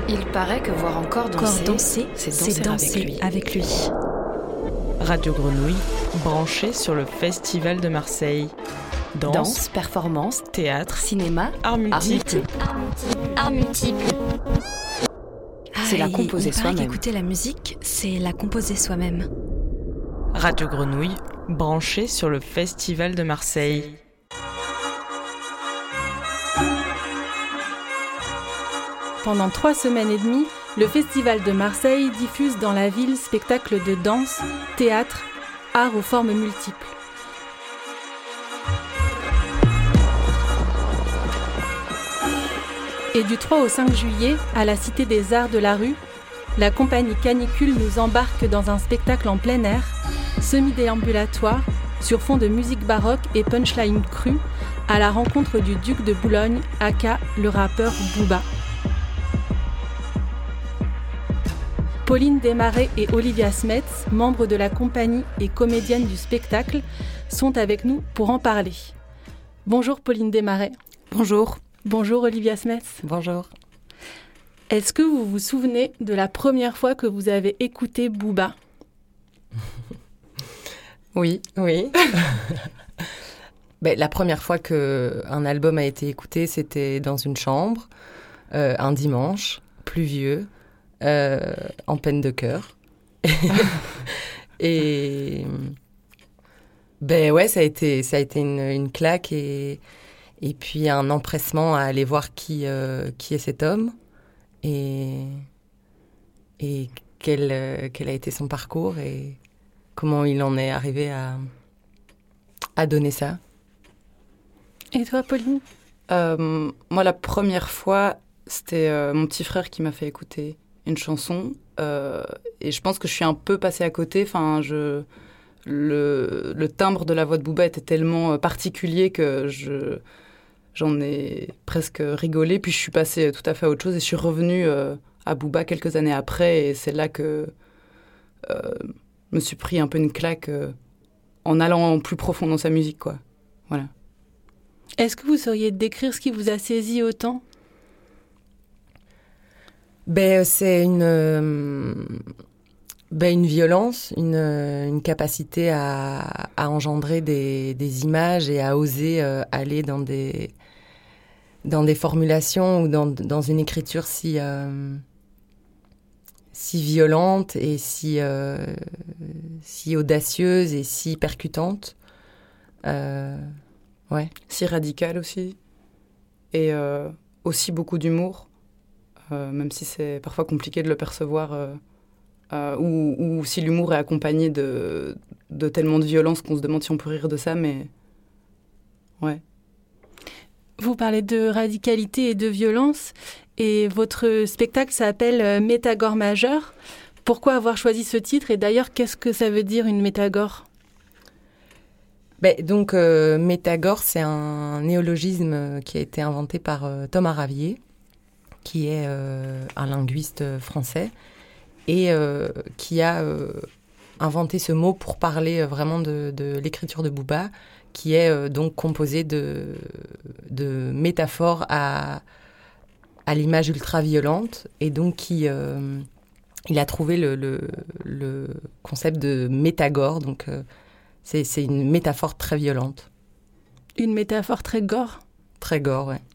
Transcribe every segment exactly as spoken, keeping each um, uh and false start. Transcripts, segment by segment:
Il paraît que voir encore danser, Encore danser c'est c'est danser, danser avec lui. avec lui. Radio Grenouille, branché sur le Festival de Marseille. Danse, Danse, performance, théâtre, cinéma, art art multiple. multiple. Art multiple. C'est la Ah, et composer il paraît soi-même. qu'écouter la musique, c'est la composer soi-même. Radio Grenouille, branché sur le Festival de Marseille. Pendant trois semaines et demie, le Festival de Marseille diffuse dans la ville spectacles de danse, théâtre, art aux formes multiples. Et du trois au cinq juillet, à la Cité des Arts de la Rue, la compagnie Canicule nous embarque dans un spectacle en plein air, semi-déambulatoire, sur fond de musique baroque et punchline crue, à la rencontre du duc de Boulogne, aka le rappeur Booba. Pauline Desmarais et Olivia Smets, membres de la compagnie et comédiennes du spectacle, sont avec nous pour en parler. Bonjour Pauline Desmarais. Bonjour. Bonjour Olivia Smets. Bonjour. Est-ce que vous vous souvenez de la première fois que vous avez écouté Booba ? Oui, oui. ben, la première fois qu'un album a été écouté, c'était dans une chambre, euh, un dimanche, pluvieux, euh, en peine de cœur. Et ben ouais, ça a été, ça a été une, une claque et, et puis un empressement à aller voir qui, euh, qui est cet homme et, et quel, euh, quel a été son parcours et comment il en est arrivé à, à donner ça. Et toi, Pauline ? Euh, moi, la première fois, c'était euh, mon petit frère qui m'a fait écouter une chanson. Euh, et je pense que je suis un peu passée à côté. Enfin, je, le, le timbre de la voix de Booba était tellement particulier que je, j'en ai presque rigolé. Puis je suis passée tout à fait à autre chose et je suis revenue euh, à Booba quelques années après. Et c'est là que euh, je me suis pris un peu une claque euh, en allant plus profond dans sa musique, quoi. Voilà. Est-ce que vous sauriez décrire ce qui vous a saisi autant ? Ben, c'est une, euh, ben, une violence, une, une capacité à, à engendrer des, des images et à oser euh, aller dans des, dans des formulations ou dans, dans une écriture si, euh, si violente et si, euh, si audacieuse et si percutante. Euh, ouais. Si radical aussi. Et euh, aussi beaucoup d'humour. Euh, même si c'est parfois compliqué de le percevoir, euh, euh, ou, ou si l'humour est accompagné de, de tellement de violence qu'on se demande si on peut rire de ça, mais ouais. Vous parlez de radicalité et de violence, et votre spectacle s'appelle Métagore majeur. Pourquoi avoir choisi ce titre, et d'ailleurs, qu'est-ce que ça veut dire une métagore ? Ben, donc, euh, métagore, c'est un néologisme qui a été inventé par euh, Thomas Ravier, qui est euh, un linguiste français et euh, qui a euh, inventé ce mot pour parler vraiment de, de l'écriture de Booba, qui est euh, donc composée de, de métaphores à, à l'image ultra-violente, et donc qui, euh, il a trouvé le, le, le concept de métagore, donc euh, c'est, c'est une métaphore très violente. Une métaphore très gore ? Très gore, ouais.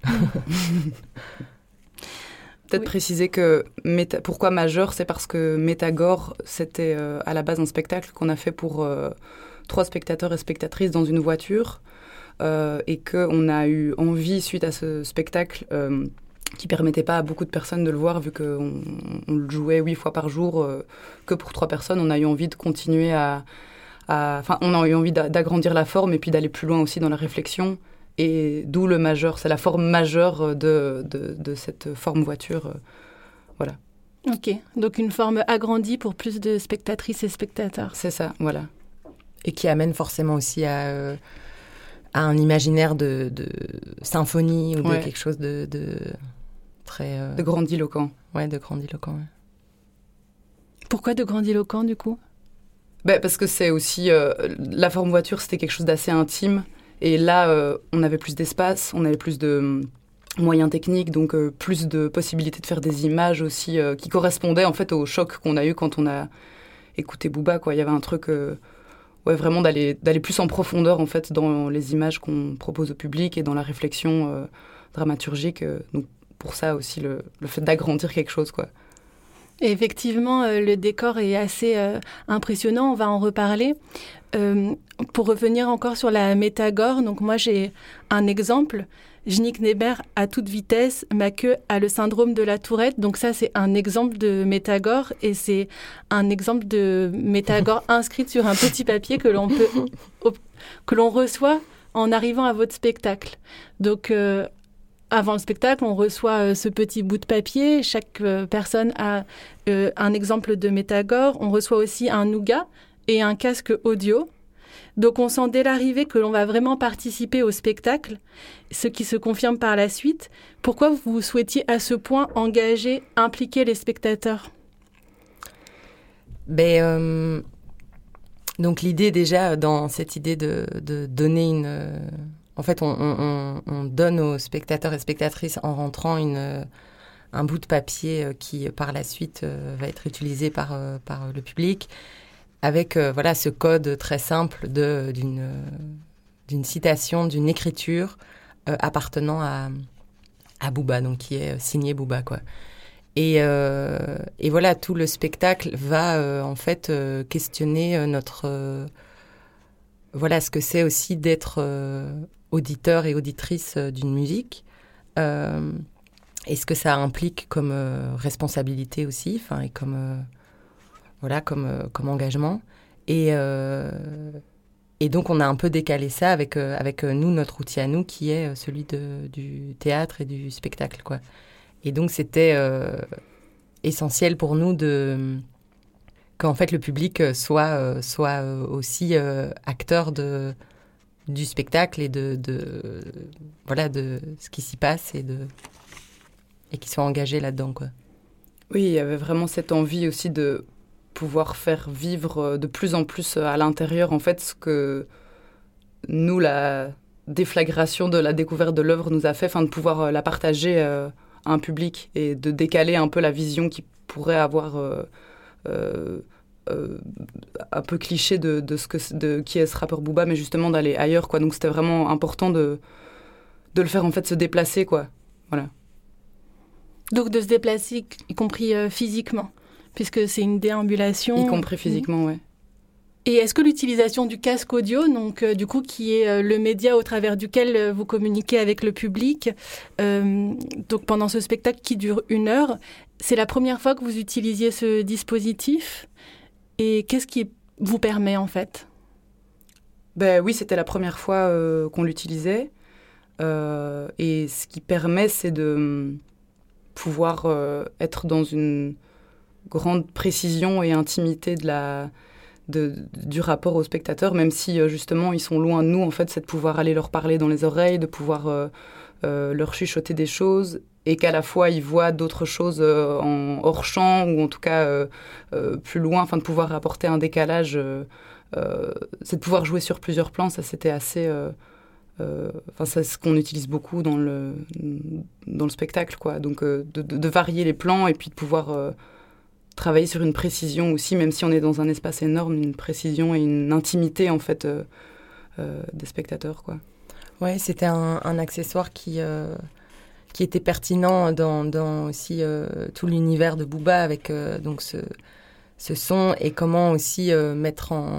Peut-être oui. Préciser que méta... pourquoi majeur, c'est parce que Métagore, c'était euh, à la base un spectacle qu'on a fait pour euh, trois spectateurs et spectatrices dans une voiture, euh, et qu'on a eu envie, suite à ce spectacle, euh, qui ne permettait pas à beaucoup de personnes de le voir, vu qu'on on le jouait huit fois par jour, euh, que pour trois personnes, on a eu envie de continuer à... Enfin, on a eu envie d'agrandir la forme et puis d'aller plus loin aussi dans la réflexion. Et d'où le majeur, c'est la forme majeure de, de, de cette forme voiture. Euh, voilà. Ok, donc une forme agrandie pour plus de spectatrices et spectateurs. C'est ça, voilà. Et qui amène forcément aussi à, euh, à un imaginaire de, de symphonie ou ouais. de quelque chose de, de très... Euh... De grandiloquent. Ouais, de grandiloquent, ouais. Pourquoi de grandiloquent, du coup ? Ben, parce que c'est aussi... Euh, la forme voiture, c'était quelque chose d'assez intime. Et là, euh, on avait plus d'espace, on avait plus de, moyens techniques, donc euh, plus de possibilités de faire des images aussi euh, qui correspondaient en fait au choc qu'on a eu quand on a écouté Booba, quoi. Il y avait un truc, euh, ouais, vraiment d'aller, d'aller plus en profondeur en fait dans les images qu'on propose au public et dans la réflexion euh, dramaturgique. Euh, donc pour ça aussi le, le fait d'agrandir quelque chose, quoi. Et effectivement, euh, le décor est assez euh, impressionnant, on va en reparler. Euh, pour revenir encore sur la métagore, donc moi j'ai un exemple. Jnik Neber à toute vitesse, ma queue a le syndrome de la tourette. Donc ça, c'est un exemple de métagore et c'est un exemple de métagore inscrite sur un petit papier que l'on peut, que l'on reçoit en arrivant à votre spectacle. Donc euh, avant le spectacle, on reçoit euh, ce petit bout de papier. Chaque euh, personne a euh, un exemple de métagore. On reçoit aussi un nougat et un casque audio. Donc on sent dès l'arrivée que l'on va vraiment participer au spectacle, ce qui se confirme par la suite. Pourquoi vous souhaitiez à ce point engager, impliquer les spectateurs ? Ben, euh, donc l'idée déjà, dans cette idée de, de donner une... Euh, en fait, on, on, on donne aux spectateurs et spectatrices en rentrant une, euh, un bout de papier euh, qui, par la suite, euh, va être utilisé par, euh, par le public, avec euh, voilà, ce code très simple de, d'une, euh, d'une citation, d'une écriture euh, appartenant à, à Booba, donc qui est signé Booba, quoi. Et, euh, et voilà, tout le spectacle va euh, en fait euh, questionner euh, notre... Euh, voilà ce que c'est aussi d'être euh, auditeur et auditrice euh, d'une musique. Euh, et ce que ça implique comme euh, responsabilité aussi, enfin, et comme... Euh, Voilà, comme, euh, comme engagement. Et, euh, et donc, on a un peu décalé ça avec, euh, avec euh, nous, notre outil à nous, qui est euh, celui de, du théâtre et du spectacle, quoi. Et donc, c'était euh, essentiel pour nous de, qu'en fait, le public soit, euh, soit euh, aussi euh, acteur de, du spectacle et de, de, voilà, de ce qui s'y passe et, de, et qu'il soit engagé là-dedans, quoi. Oui, il y avait vraiment cette envie aussi de pouvoir faire vivre de plus en plus à l'intérieur, en fait, ce que nous, la déflagration de la découverte de l'œuvre nous a fait, enfin, de pouvoir la partager euh, à un public et de décaler un peu la vision qui pourrait avoir euh, euh, euh, un peu cliché de, de, ce que, de qui est ce rappeur Booba, mais justement d'aller ailleurs, quoi. Donc c'était vraiment important de, de le faire, en fait, se déplacer, quoi. Voilà. Donc de se déplacer, y compris euh, physiquement, puisque c'est une déambulation. Y compris physiquement, oui. Et est-ce que l'utilisation du casque audio, donc euh, du coup qui est euh, le média au travers duquel euh, vous communiquez avec le public, euh, donc pendant ce spectacle qui dure une heure, c'est la première fois que vous utilisiez ce dispositif ? Et qu'est-ce qui vous permet en fait ? Ben oui, c'était la première fois euh, qu'on l'utilisait. Euh, et ce qui permet, c'est de pouvoir euh, être dans une grande précision et intimité de la, de, du rapport aux spectateurs, même si euh, justement ils sont loin de nous. En fait, c'est de pouvoir aller leur parler dans les oreilles, de pouvoir euh, euh, leur chuchoter des choses, et qu'à la fois ils voient d'autres choses euh, en hors champ, ou en tout cas euh, euh, plus loin, enfin de pouvoir apporter un décalage. Euh, euh, c'est de pouvoir jouer sur plusieurs plans. Ça, c'était assez... Euh, euh, enfin, c'est ce qu'on utilise beaucoup dans le, dans le spectacle, quoi. Donc, euh, de, de, de varier les plans et puis de pouvoir... Euh, travailler sur une précision aussi, même si on est dans un espace énorme, une précision et une intimité, en fait, euh, euh, des spectateurs, quoi. Ouais, c'était un, un accessoire qui, euh, qui était pertinent dans, dans aussi euh, tout l'univers de Booba, avec euh, donc ce, ce son, et comment aussi euh, mettre en,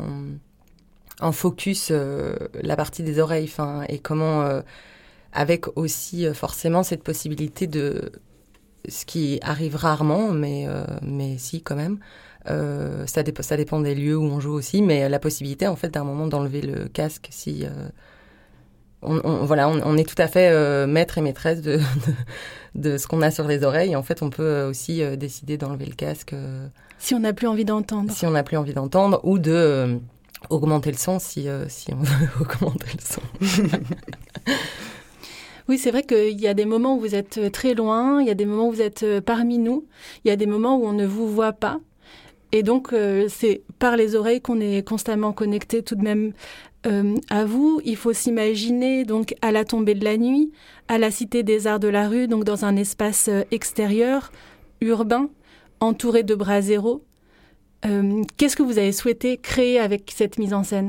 en focus euh, la partie des oreilles, fin, et comment, euh, avec aussi euh, forcément cette possibilité de... ce qui arrive rarement, mais, euh, mais si, quand même. Euh, ça, dép- ça dépend des lieux où on joue aussi, mais la possibilité, en fait, d'un moment d'enlever le casque, si... Euh, on, on, voilà, on, on est tout à fait euh, maître et maîtresse de, de, de ce qu'on a sur les oreilles. En fait, on peut aussi euh, décider d'enlever le casque. Euh, si on n'a plus envie d'entendre. Si on n'a plus envie d'entendre, ou de euh, augmenter le son, si, euh, si on veut augmenter le son. Oui, c'est vrai qu'il y a des moments où vous êtes très loin, il y a des moments où vous êtes parmi nous, il y a des moments où on ne vous voit pas. Et donc, euh, c'est par les oreilles qu'on est constamment connecté tout de même Euh, à vous, il faut s'imaginer donc à la tombée de la nuit, à la Cité des Arts de la Rue, donc dans un espace extérieur, urbain, entouré de braseros. Euh, qu'est-ce que vous avez souhaité créer avec cette mise en scène ?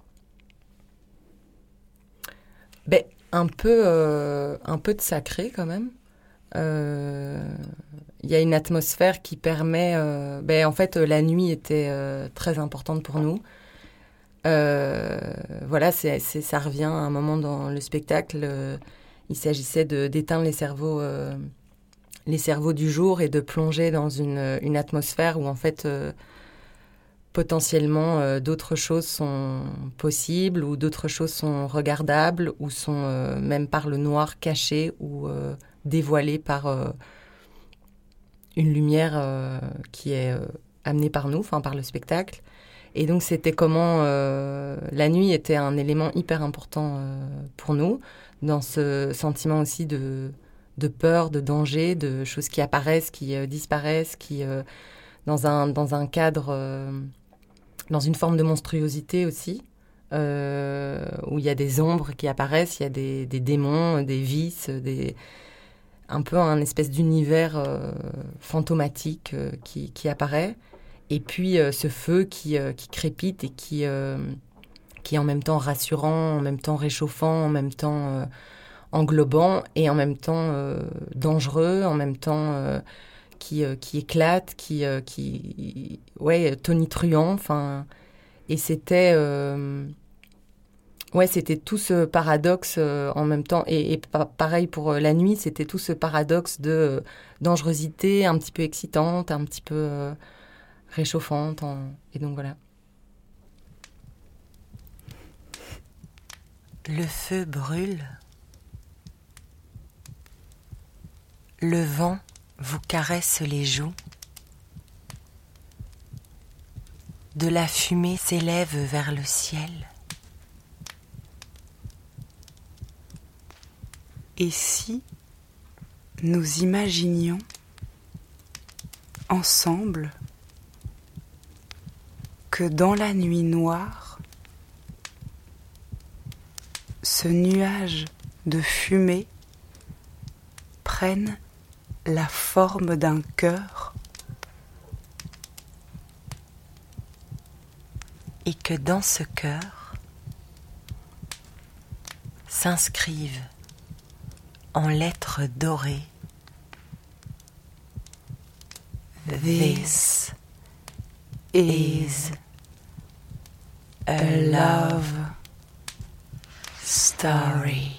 Ben, un peu, euh, un peu de sacré quand même. Il euh, y a une atmosphère qui permet... Euh, ben, en fait, la nuit était euh, très importante pour nous. Euh, voilà, c'est, c'est, ça revient à un moment dans le spectacle. Euh, il s'agissait de, d'éteindre les cerveaux, euh, les cerveaux du jour et de plonger dans une, une atmosphère où en fait, euh, potentiellement, euh, d'autres choses sont possibles ou d'autres choses sont regardables ou sont euh, même par le noir cachées ou euh, dévoilées par euh, une lumière euh, qui est euh, amenée par nous, enfin par le spectacle. Et donc, c'était comment euh, la nuit était un élément hyper important euh, pour nous, dans ce sentiment aussi de, de peur, de danger, de choses qui apparaissent, qui euh, disparaissent, qui, euh, dans, un, dans un cadre, euh, dans une forme de monstruosité aussi, euh, où il y a des ombres qui apparaissent, il y a des, des démons, des vices, des, un peu un espèce d'univers euh, fantomatique euh, qui, qui apparaît. Et puis euh, ce feu qui, euh, qui crépite et qui, euh, qui est en même temps rassurant, en même temps réchauffant, en même temps euh, englobant et en même temps euh, dangereux, en même temps euh, qui, euh, qui éclate, qui, euh, qui ouais, tonitruant. Enfin, et c'était, euh, ouais, c'était tout ce paradoxe euh, en même temps. Et, et pa- pareil pour euh, la nuit, c'était tout ce paradoxe de euh, dangerosité, un petit peu excitante, un petit peu... Euh, réchauffante, en... et donc voilà. Le feu brûle. Le vent vous caresse les joues. De la fumée s'élève vers le ciel. Et si nous imaginions ensemble que dans la nuit noire, ce nuage de fumée prenne la forme d'un cœur et que dans ce cœur s'inscrivent en lettres dorées This is a love story.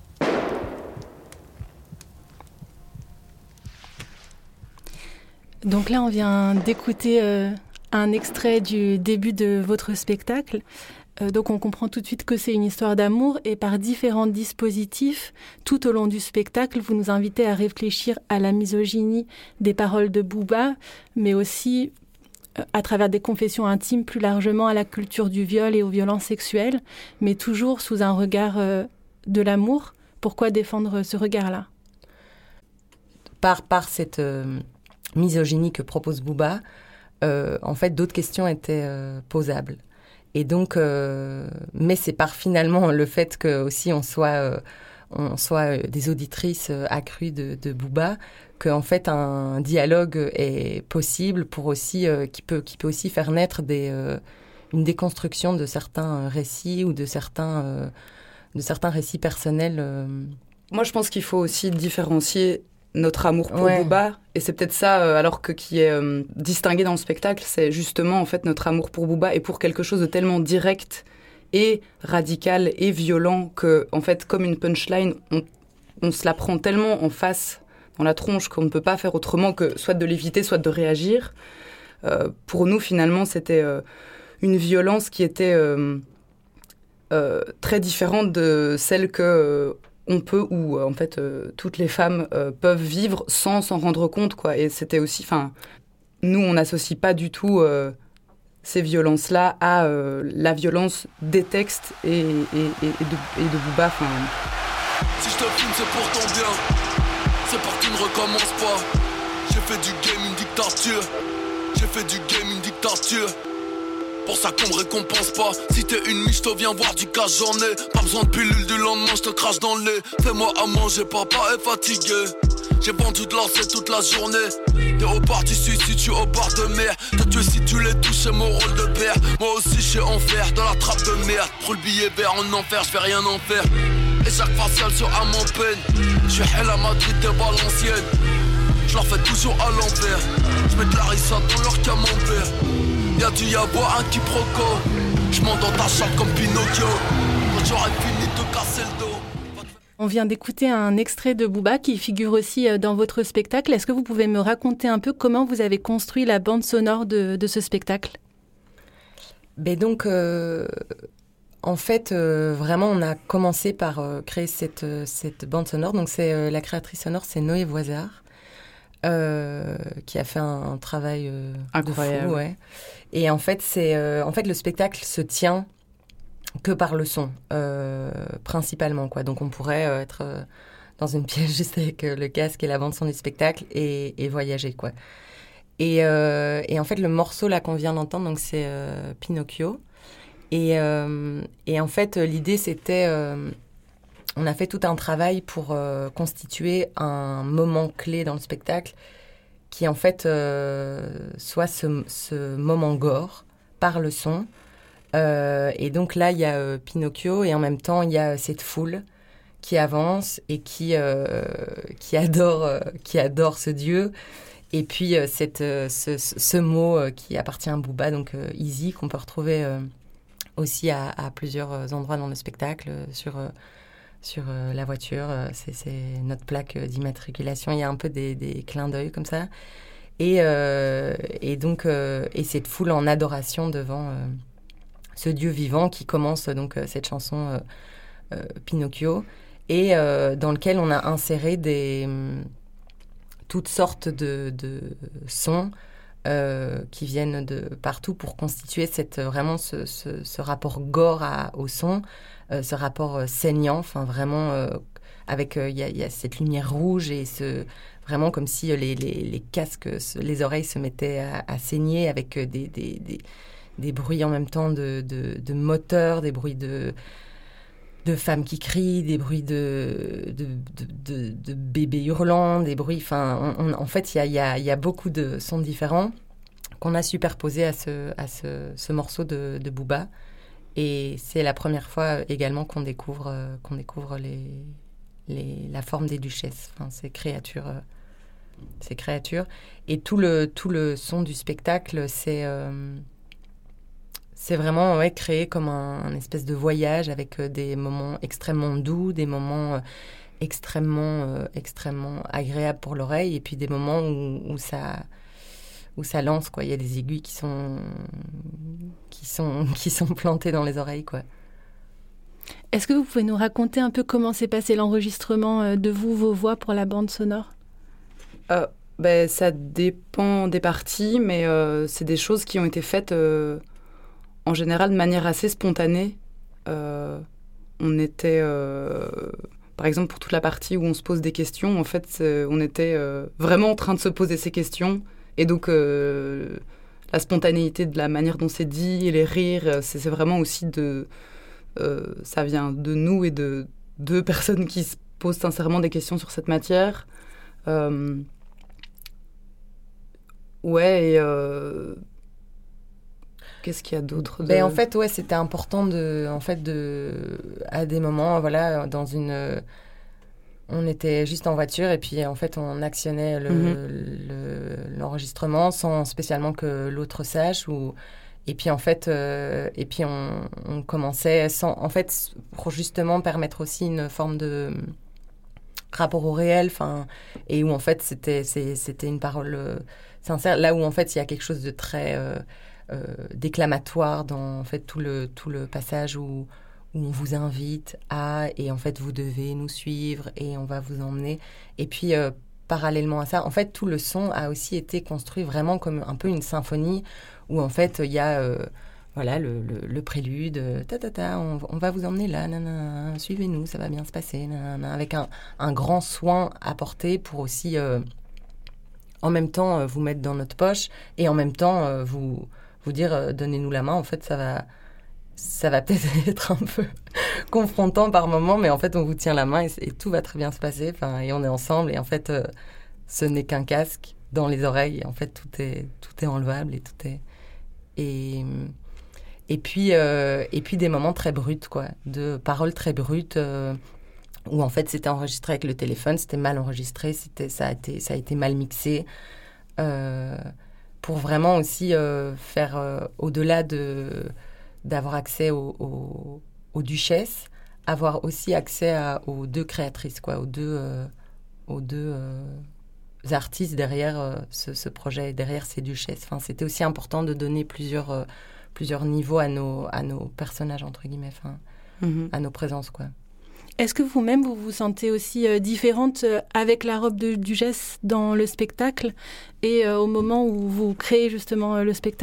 Donc là, on vient d'écouter euh, un extrait du début de votre spectacle. Euh, donc on comprend tout de suite que c'est une histoire d'amour et par différents dispositifs, tout au long du spectacle, vous nous invitez à réfléchir à la misogynie des paroles de Booba, mais aussi à travers des confessions intimes, plus largement à la culture du viol et aux violences sexuelles, mais toujours sous un regard euh, de l'amour. Pourquoi défendre ce regard-là ? Par, par cette euh, misogynie que propose Booba, euh, en fait, d'autres questions étaient euh, posables. Et donc, euh, mais c'est par finalement le fait que aussi on soit, euh, on soit des auditrices accrues de, de Booba, qu'en fait un dialogue est possible pour aussi, euh, qui peut, qui peut aussi faire naître des, euh, une déconstruction de certains récits ou de certains, euh, de certains récits personnels. Euh. Moi, je pense qu'il faut aussi différencier notre amour pour ouais. Booba, et c'est peut-être ça, euh, alors que qui est euh, distingué dans le spectacle, c'est justement en fait notre amour pour Booba et pour quelque chose de tellement direct et radical et violent que, en fait, comme une punchline, on, on se la prend tellement en face, dans la tronche, qu'on ne peut pas faire autrement que soit de l'éviter, soit de réagir. Euh, pour nous, finalement, c'était euh, une violence qui était euh, euh, très différente de celle que euh, on peut, ou euh, en fait, euh, toutes les femmes euh, peuvent vivre sans s'en rendre compte, quoi. Et c'était aussi, enfin, nous, on n'associe pas du tout euh, ces violences-là à euh, la violence des textes et, et, et, et, de, et de Booba. Fin... Si je te filme, c'est pour ton bien, c'est pour que tu ne recommences pas. J'ai fait du game une dictature, j'ai fait du game une dictature. pour ça qu'on me récompense pas. Si t'es une miche, je te viens voir du cash, j'en ai. Pas besoin de pilule du lendemain, je te crache dans le lait. Fais-moi à manger, papa est fatigué. J'ai vendu de l'or, toute la journée. T'es au bar du suicide, je suis au bord de mer. T'as tué si tu les touches, c'est mon rôle de père. Moi aussi je suis en fer, dans la trappe de merde. Prends le billet vert en enfer, je vais rien en faire. Et chaque facial sur un mon peine. Je suis hell à Madrid et Valenciennes. Je leur fais toujours à l'envers. Je mets de la rissa dans leur camembert. Y'a dû y avoir un quiproquo. Je monte dans ta chatte comme Pinocchio. Quand j'aurai fini de casser le dos. On vient d'écouter un extrait de Booba qui figure aussi dans votre spectacle. Est-ce que vous pouvez me raconter un peu comment vous avez construit la bande sonore de, de ce spectacle ? Ben donc, euh, en fait, euh, vraiment, on a commencé par euh, créer cette, cette bande sonore. Donc, c'est, euh, la créatrice sonore, c'est Noé Voisard, euh, qui a fait un, un travail euh, incroyable. De fou, ouais. Et en fait, c'est, euh, en fait, le spectacle se tient que par le son, euh, principalement, quoi. Donc, on pourrait euh, être euh, dans une pièce juste avec euh, le casque et la bande-son du spectacle et, et voyager, quoi. Et, euh, et en fait, le morceau, là, qu'on vient d'entendre, donc, c'est euh, Pinocchio. Et, euh, et en fait, l'idée, c'était... Euh, on a fait tout un travail pour euh, constituer un moment clé dans le spectacle qui, en fait, euh, soit ce, ce moment gore par le son. Euh, et donc là, il y a euh, Pinocchio et en même temps, il y a cette foule qui avance et qui, euh, qui, adore, euh, qui adore ce dieu. Et puis, euh, cette, euh, ce, ce mot euh, qui appartient à Booba, donc euh, Easy, qu'on peut retrouver euh, aussi à, à plusieurs endroits dans le spectacle, euh, sur, euh, sur euh, la voiture. Euh, c'est, c'est notre plaque d'immatriculation. Il y a un peu des, des clins d'œil comme ça. Et, euh, et donc, euh, et cette foule en adoration devant... Euh, ce dieu vivant qui commence donc euh, cette chanson euh, euh, Pinocchio et euh, dans lequel on a inséré des toutes sortes de, de sons euh, qui viennent de partout pour constituer cette vraiment ce, ce, ce rapport gore à, au son, euh, ce rapport euh, saignant, enfin vraiment euh, avec il euh, y, y a cette lumière rouge et ce vraiment comme si euh, les, les, les casques, les oreilles se mettaient à, à saigner avec euh, des, des, des des bruits en même temps de, de, de moteurs, des bruits de, de femmes qui crient, des bruits de, de, de, de, de bébés hurlants, des bruits... Enfin, on, on, en fait, il y a, y, a, y a beaucoup de sons différents qu'on a superposés à ce, à ce, ce morceau de, de Booba. Et c'est la première fois également qu'on découvre, euh, qu'on découvre les, les, la forme des duchesses, enfin, ces créatures... Euh, ces créatures. Et tout le, tout le son du spectacle, c'est... Euh, C'est vraiment ouais, créé comme un, un espèce de voyage avec euh, des moments extrêmement doux, des moments euh, extrêmement, euh, extrêmement agréables pour l'oreille, et puis des moments où, où, ça, où ça lance, quoi. Il y a des aiguilles qui sont, qui sont, qui sont plantées dans les oreilles, quoi. Est-ce que vous pouvez nous raconter un peu comment s'est passé l'enregistrement de vous, vos voix pour la bande sonore ? euh, ben, Ça dépend des parties, mais euh, c'est des choses qui ont été faites... Euh en général, de manière assez spontanée. Euh, on était, euh, par exemple, pour toute la partie où on se pose des questions, en fait, on était euh, vraiment en train de se poser ces questions. Et donc, euh, la spontanéité de la manière dont c'est dit et les rires, c'est, c'est vraiment aussi de... Euh, ça vient de nous et de deux personnes qui se posent sincèrement des questions sur cette matière. Euh, ouais, et... Euh, Qu'est-ce qu'il y a d'autre de... Ben, en fait, ouais, c'était important de, en fait, de, à des moments, voilà, dans une, on était juste en voiture et puis en fait, on actionnait le, mm-hmm. le, l'enregistrement sans spécialement que l'autre sache ou, et puis en fait, euh, et puis on, on commençait sans, en fait, pour justement permettre aussi une forme de rapport au réel, enfin, et où en fait, c'était, c'est, c'était une parole sincère, là où en fait, il y a quelque chose de très euh, Euh, déclamatoire dans en fait tout le tout le passage où où on vous invite à et en fait vous devez nous suivre et on va vous emmener et puis euh, parallèlement à ça en fait tout le son a aussi été construit vraiment comme un peu une symphonie où en fait il y a euh, voilà le, le, le prélude ta ta ta on, on va vous emmener là nanana, suivez-nous ça va bien se passer nanana, avec un un grand soin apporté pour aussi euh, en même temps euh, vous mettre dans notre poche et en même temps euh, vous vous dire euh, donnez-nous la main, en fait, ça va, ça va peut-être être un peu confrontant par moment, mais en fait, on vous tient la main et, et tout va très bien se passer. Enfin, et on est ensemble et en fait, euh, ce n'est qu'un casque dans les oreilles. Et en fait, tout est, tout est enlevable et tout est et et puis euh, et puis des moments très bruts, quoi, de paroles très brutes. Euh, où en fait c'était enregistré avec le téléphone, c'était mal enregistré, c'était, ça, a été, ça a été mal mixé, euh, pour vraiment aussi euh, faire, euh, au-delà de, d'avoir accès au, au, aux duchesses, avoir aussi accès à, aux deux créatrices, quoi, aux deux, euh, aux deux euh, artistes derrière euh, ce, ce projet, derrière ces duchesses. Enfin, c'était aussi important de donner plusieurs, euh, plusieurs niveaux à nos, à nos personnages, entre guillemets, enfin, mm-hmm. à nos présences, quoi. Est-ce que vous-même, vous vous sentez aussi euh, différente euh, avec la robe de duchesse dans le spectacle et euh, au moment où vous créez justement euh, le spectacle ?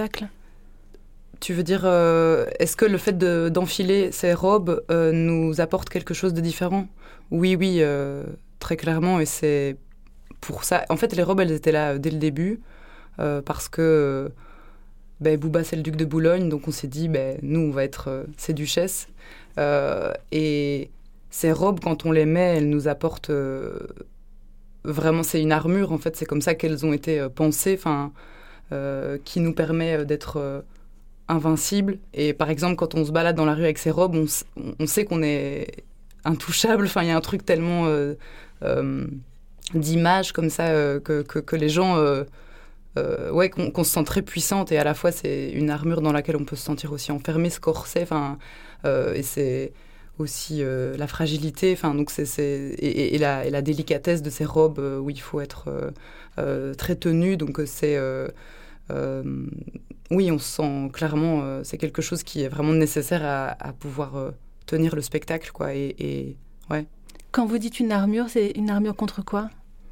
Tu veux dire, euh, est-ce que le fait de, d'enfiler ces robes euh, nous apporte quelque chose de différent ? Oui, oui, euh, très clairement. Et c'est pour ça... En fait, les robes, elles étaient là euh, dès le début euh, parce que euh, ben, Booba, c'est le duc de Boulogne. Donc, on s'est dit, ben, nous, on va être euh, ces duchesses. Euh, et... Ces robes, quand on les met, elles nous apportent euh, vraiment, c'est une armure, en fait, c'est comme ça qu'elles ont été euh, pensées, enfin, euh, qui nous permet euh, d'être euh, invincibles. Et par exemple, quand on se balade dans la rue avec ces robes, on, on sait qu'on est intouchable. Enfin, il y a un truc tellement euh, euh, d'image comme ça euh, que, que, que les gens, euh, euh, ouais, qu'on, qu'on se sent très puissante. Et à la fois, c'est une armure dans laquelle on peut se sentir aussi enfermé, ce corset. Enfin, euh, et c'est aussi euh, la fragilité, enfin donc c'est, c'est et, et, la, et la délicatesse de ces robes euh, où il faut être euh, euh, très tenu, donc c'est euh, euh, oui, on se sent clairement euh, c'est quelque chose qui est vraiment nécessaire à, à pouvoir euh, tenir le spectacle, quoi. Et, et ouais. Quand vous dites une armure, c'est une armure contre quoi ?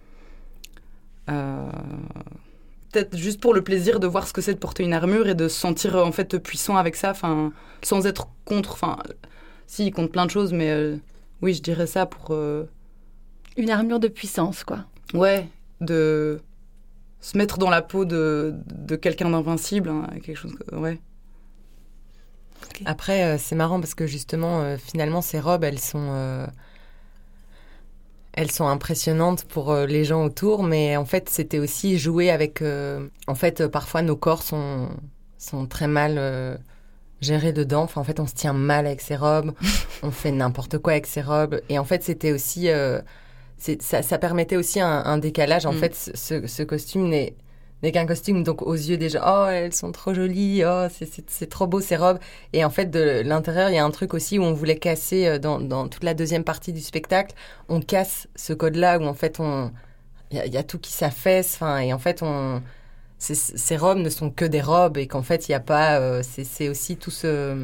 euh, Peut-être juste pour le plaisir de voir ce que c'est de porter une armure et de se sentir en fait puissant avec ça, enfin sans être contre, enfin. Si, il compte plein de choses, mais euh, oui, je dirais ça pour... Euh... Une armure de puissance, quoi. Ouais, de se mettre dans la peau de, de quelqu'un d'invincible, hein, quelque chose... Que, ouais. Okay. Après, euh, c'est marrant parce que justement, euh, finalement, ces robes, elles sont... Euh... Elles sont impressionnantes pour euh, les gens autour, mais en fait, c'était aussi jouer avec... Euh... En fait, euh, parfois, nos corps sont, sont très mal... Euh... gérer dedans. Enfin, en fait, on se tient mal avec ses robes, on fait n'importe quoi avec ses robes. Et en fait, c'était aussi... Euh, c'est, ça, ça permettait aussi un, un décalage. En mm. fait, ce, ce costume n'est, n'est qu'un costume, donc aux yeux des gens, oh, elles sont trop jolies, oh, c'est, c'est, c'est trop beau ces robes. Et en fait, de l'intérieur, il y a un truc aussi où on voulait casser, dans, dans toute la deuxième partie du spectacle, on casse ce code-là où en fait, on il y, y a tout qui s'affaisse. Enfin, et en fait, on... Ces, ces robes ne sont que des robes et qu'en fait, il n'y a pas... Euh, c'est, c'est aussi tout ce...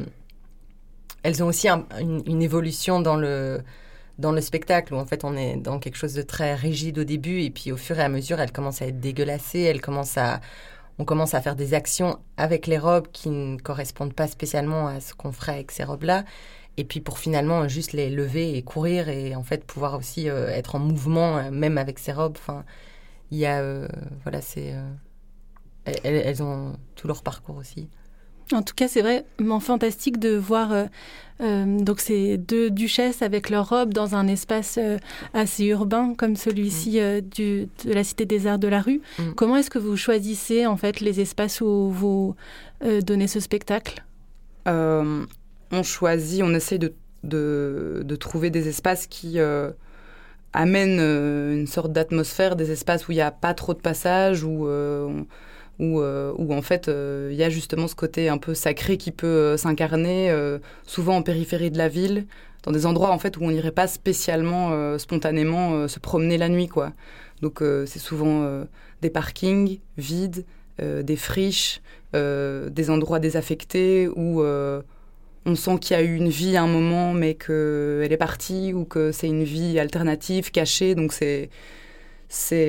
Elles ont aussi un, une, une évolution dans le, dans le spectacle où en fait, on est dans quelque chose de très rigide au début et puis au fur et à mesure, elles commencent à être dégueulassées, elles commencent à... On commence à faire des actions avec les robes qui ne correspondent pas spécialement à ce qu'on ferait avec ces robes-là. Et puis pour finalement juste les lever et courir et en fait pouvoir aussi euh, être en mouvement, euh, même avec ces robes. Enfin, il y a... Euh, voilà, c'est... Euh, Elles, elles ont tout leur parcours aussi. En tout cas, c'est vraiment fantastique de voir euh, euh, donc ces deux duchesses avec leurs robes dans un espace euh, assez urbain comme celui-ci mmh. euh, du, de la Cité des Arts de la Rue. Mmh. Comment est-ce que vous choisissez en fait les espaces où vous euh, donnez ce spectacle ? euh, On choisit, on essaye de, de, de trouver des espaces qui euh, amènent euh, une sorte d'atmosphère, des espaces où il n'y a pas trop de passages, où euh, on, Où, euh, où en fait il euh, y a justement ce côté un peu sacré qui peut euh, s'incarner, euh, souvent en périphérie de la ville, dans des endroits en fait où on n'irait pas spécialement euh, spontanément euh, se promener la nuit, quoi. Donc euh, c'est souvent euh, des parkings vides, euh, des friches, euh, des endroits désaffectés où euh, on sent qu'il y a eu une vie à un moment mais qu'elle est partie, ou que c'est une vie alternative, cachée. Donc c'est... c'est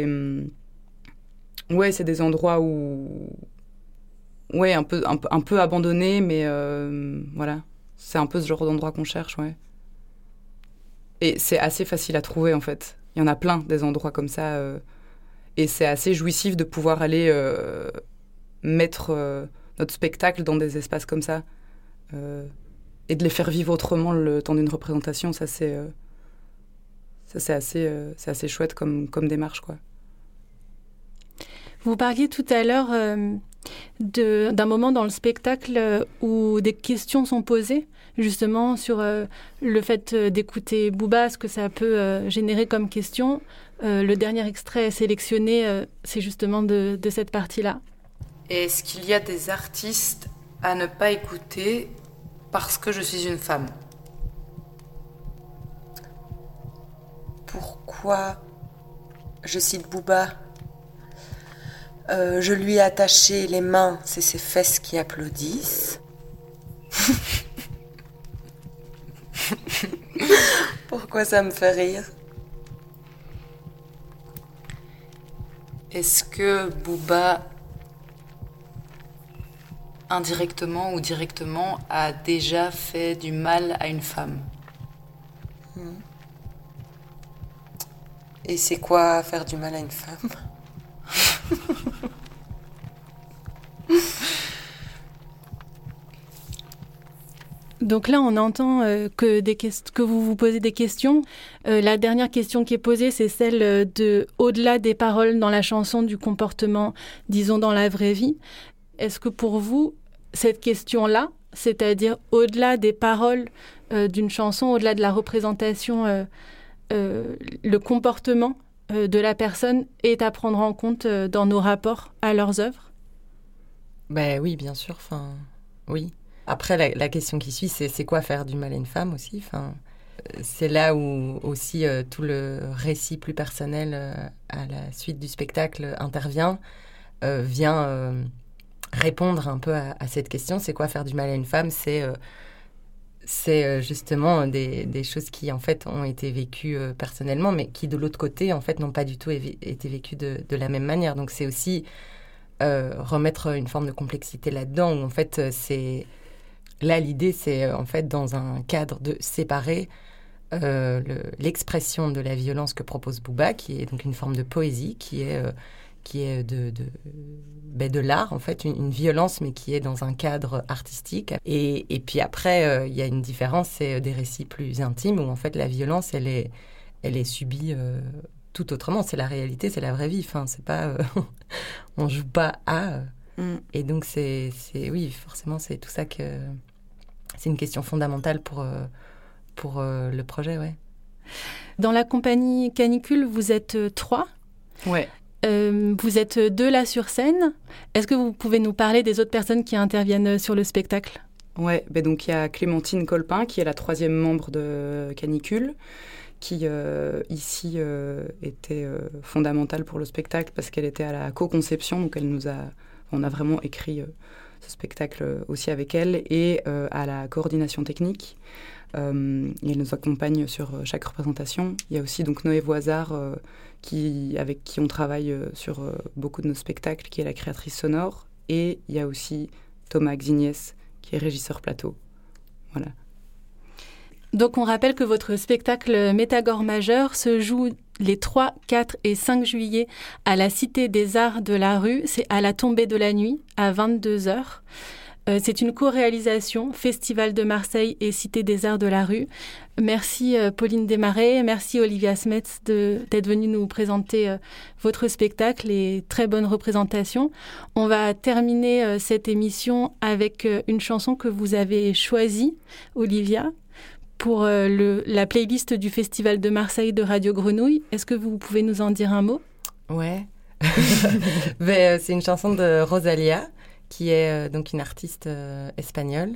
Ouais, c'est des endroits où... Ouais, un peu, un, un peu abandonnés, mais euh, voilà. C'est un peu ce genre d'endroit qu'on cherche, ouais. Et c'est assez facile à trouver, en fait. Il y en a plein, des endroits comme ça. Euh, et c'est assez jouissif de pouvoir aller euh, mettre euh, notre spectacle dans des espaces comme ça. Euh, et de les faire vivre autrement le temps d'une représentation, ça c'est, euh, ça, c'est, assez, euh, c'est assez chouette comme, comme démarche, quoi. Vous parliez tout à l'heure euh, de, d'un moment dans le spectacle où des questions sont posées, justement sur euh, le fait d'écouter Booba, ce que ça peut euh, générer comme question. Euh, le dernier extrait sélectionné, euh, c'est justement de, de cette partie-là. Est-ce qu'il y a des artistes à ne pas écouter parce que je suis une femme ? Pourquoi je cite Booba ? Euh, je lui ai attaché les mains, c'est ses fesses qui applaudissent. Pourquoi ça me fait rire ? Est-ce que Booba, indirectement ou directement, a déjà fait du mal à une femme ? Et c'est quoi faire du mal à une femme ? Donc là, on entend euh, que, des quest- que vous vous posez des questions. Euh, la dernière question qui est posée, c'est celle de, au-delà des paroles dans la chanson, du comportement, disons, dans la vraie vie. Est-ce que pour vous, cette question-là, c'est-à-dire au-delà des paroles euh, d'une chanson, au-delà de la représentation, euh, euh, le comportement euh, de la personne est à prendre en compte euh, dans nos rapports à leurs œuvres ? Ben oui, bien sûr. Enfin, oui. Après, la, la question qui suit, c'est, c'est quoi faire du mal à une femme aussi ? Enfin, c'est là où aussi euh, tout le récit plus personnel euh, à la suite du spectacle intervient, euh, vient euh, répondre un peu à, à cette question. C'est quoi faire du mal à une femme ? C'est, euh, c'est euh, justement des, des choses qui, en fait, ont été vécues euh, personnellement, mais qui, de l'autre côté, en fait, n'ont pas du tout évi- été vécues de, de la même manière. Donc, c'est aussi euh, remettre une forme de complexité là-dedans, où, en fait, c'est... Là, l'idée, c'est euh, en fait dans un cadre de séparer euh, le, l'expression de la violence que propose Booba, qui est donc une forme de poésie, qui est, euh, qui est de, de, ben de l'art, en fait, une, une violence, mais qui est dans un cadre artistique. Et, et puis après, il euh, y a une différence, c'est des récits plus intimes, où en fait la violence, elle est, elle est subie euh, tout autrement. C'est la réalité, c'est la vraie vie. Enfin, c'est pas... Euh, on joue pas à... Mm. Et donc, c'est, c'est, oui, forcément, c'est tout ça que... C'est une question fondamentale pour, euh, pour euh, le projet, ouais. Dans la compagnie Canicule, vous êtes euh, trois. Ouais. Euh, vous êtes deux là sur scène. Est-ce que vous pouvez nous parler des autres personnes qui interviennent sur le spectacle ? Ouais, ben donc il y a Clémentine Colpin, qui est la troisième membre de Canicule, qui euh, ici euh, était euh, fondamentale pour le spectacle parce qu'elle était à la co-conception, donc elle nous a... On a vraiment écrit euh, ce spectacle aussi avec elle et euh, à la coordination technique. Euh, et elle nous accompagne sur euh, chaque représentation. Il y a aussi donc Noé Voisard, euh, qui, avec qui on travaille euh, sur euh, beaucoup de nos spectacles, qui est la créatrice sonore. Et il y a aussi Thomas Xignès, qui est régisseur plateau. Voilà. Donc on rappelle que votre spectacle Métagore majeur se joue les trois, quatre et cinq juillet à la Cité des Arts de la Rue. C'est à la tombée de la nuit, à vingt-deux heures. Euh, c'est une co-réalisation, Festival de Marseille et Cité des Arts de la Rue. Merci euh, Pauline Desmarais, merci Olivia Smets de, d'être venue nous présenter euh, votre spectacle et très bonne représentation. On va terminer euh, cette émission avec euh, une chanson que vous avez choisie, Olivia, pour euh, le, la playlist du Festival de Marseille de Radio Grenouille. Est-ce que vous pouvez nous en dire un mot ? Ouais. Mais, euh, c'est une chanson de Rosalía, qui est euh, donc une artiste euh, espagnole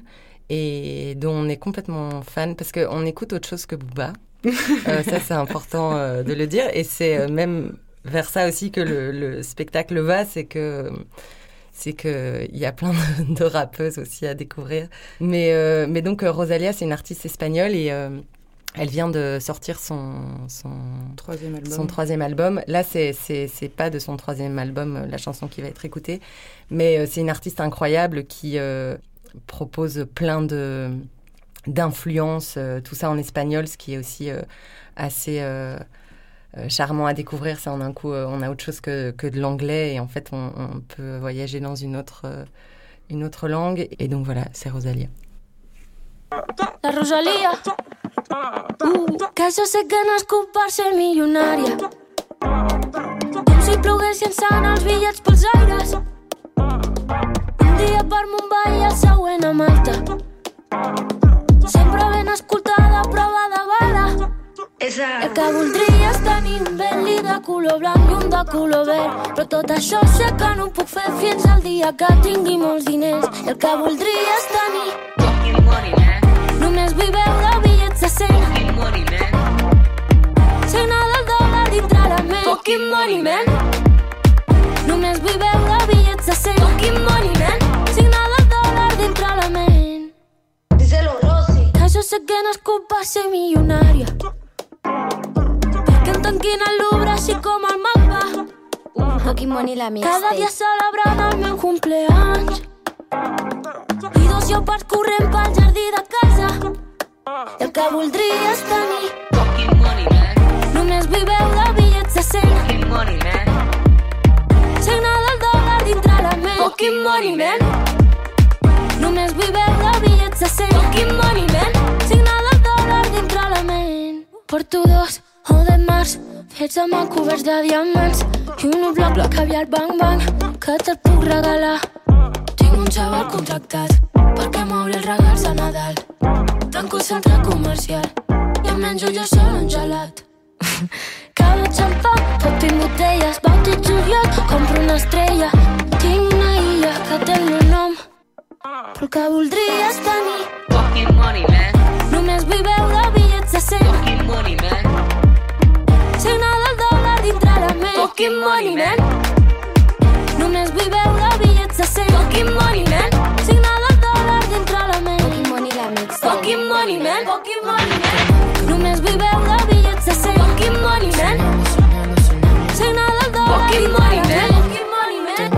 et dont on est complètement fan parce qu'on écoute autre chose que Booba. euh, ça, c'est important euh, de le dire. Et c'est euh, même vers ça aussi que le, le spectacle va, c'est que... c'est qu'il y a plein de, de rappeuses aussi à découvrir. Mais, euh, mais donc, Rosalía, c'est une artiste espagnole et euh, elle vient de sortir son, son, troisième album. son troisième album. Là, c'est, c'est, c'est pas de son troisième album, la chanson qui va être écoutée, mais euh, c'est une artiste incroyable qui euh, propose plein de, d'influences, euh, tout ça en espagnol, ce qui est aussi euh, assez... Euh, Euh, charmant à découvrir. Ça, en un coup, euh, on a autre chose que, que de l'anglais et en fait, on, on peut voyager dans une autre, euh, une autre langue. Et donc voilà, c'est Rosalia. La Rosalia, uh, que jo sé que nascut per ser milionària. Com si plogués llançant els bitllets pels aires. Un dia per Mumbai i el següent a Malta. Sempre ben escoltada, prova de bala. El que voldria és tenir un Bentley de color blanc i un de color verd. Però tot això sé que no ho puc fer fins al dia que tingui molts diners. El que voldria és tenir fucking money, man. Només vull veure bitllets de cent. Fucking money, man. Signar del dòlar dintre la ment. Fucking money, man. Només vull veure bitllets de cent. Fucking money, man. Signar del dòlar dintre la ment. Díselo, Rosy. Que jo sé que nascut per ser milionària. Perquè em tanquin al Louvre així com el mapa. Fucking money la mixtape. Cada dia celebrant el meu cumpleaños. I dos lleopards corrent pel jardí de casa. I el que voldria és tenir fucking money, man. Només vull veure bitllets de cent. Fucking money, man. Signar del dòlar dintre la ment. Fucking money, man. Només vull veure bitllets de cent. Fucking money, man. Signar del dòlar dintre la ment. Porto dos o de març fets amb el coberts de diamants i un bloc de caviar bang bang que te'l puc regalar. Tinc un xaval contractat perquè m'obri els regals de Nadal. Tanco el centre comercial i em menjo jo sol un gelat. Cada xampà, tot tinc botelles, bauti juliol, compro una estrella. Tinc una illa que té el meu nom, però el que voldria és tenir fucking money, man. Només vull veure bitllets de cent. Fucking money, man. Signar del dòlar dintre la ment. Fucking money, man. Només vull veure bitllets de cent. Fucking money, man. Signar del dòlar dintre la ment. Fucking money la mixtape. Fucking money, man. Fucking money, man. Només vull veure bitllets de cent. Fucking money, man. Signar del dòlar dintre la ment. Fucking money,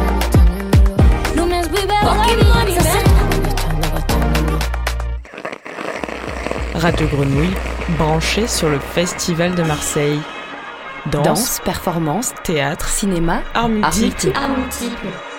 man. Només vull veure bitllets de cent. Radio Grenouille, branché sur le Festival de Marseille. Danse, Danse, performance, théâtre, cinéma, art multiple. Art multiple.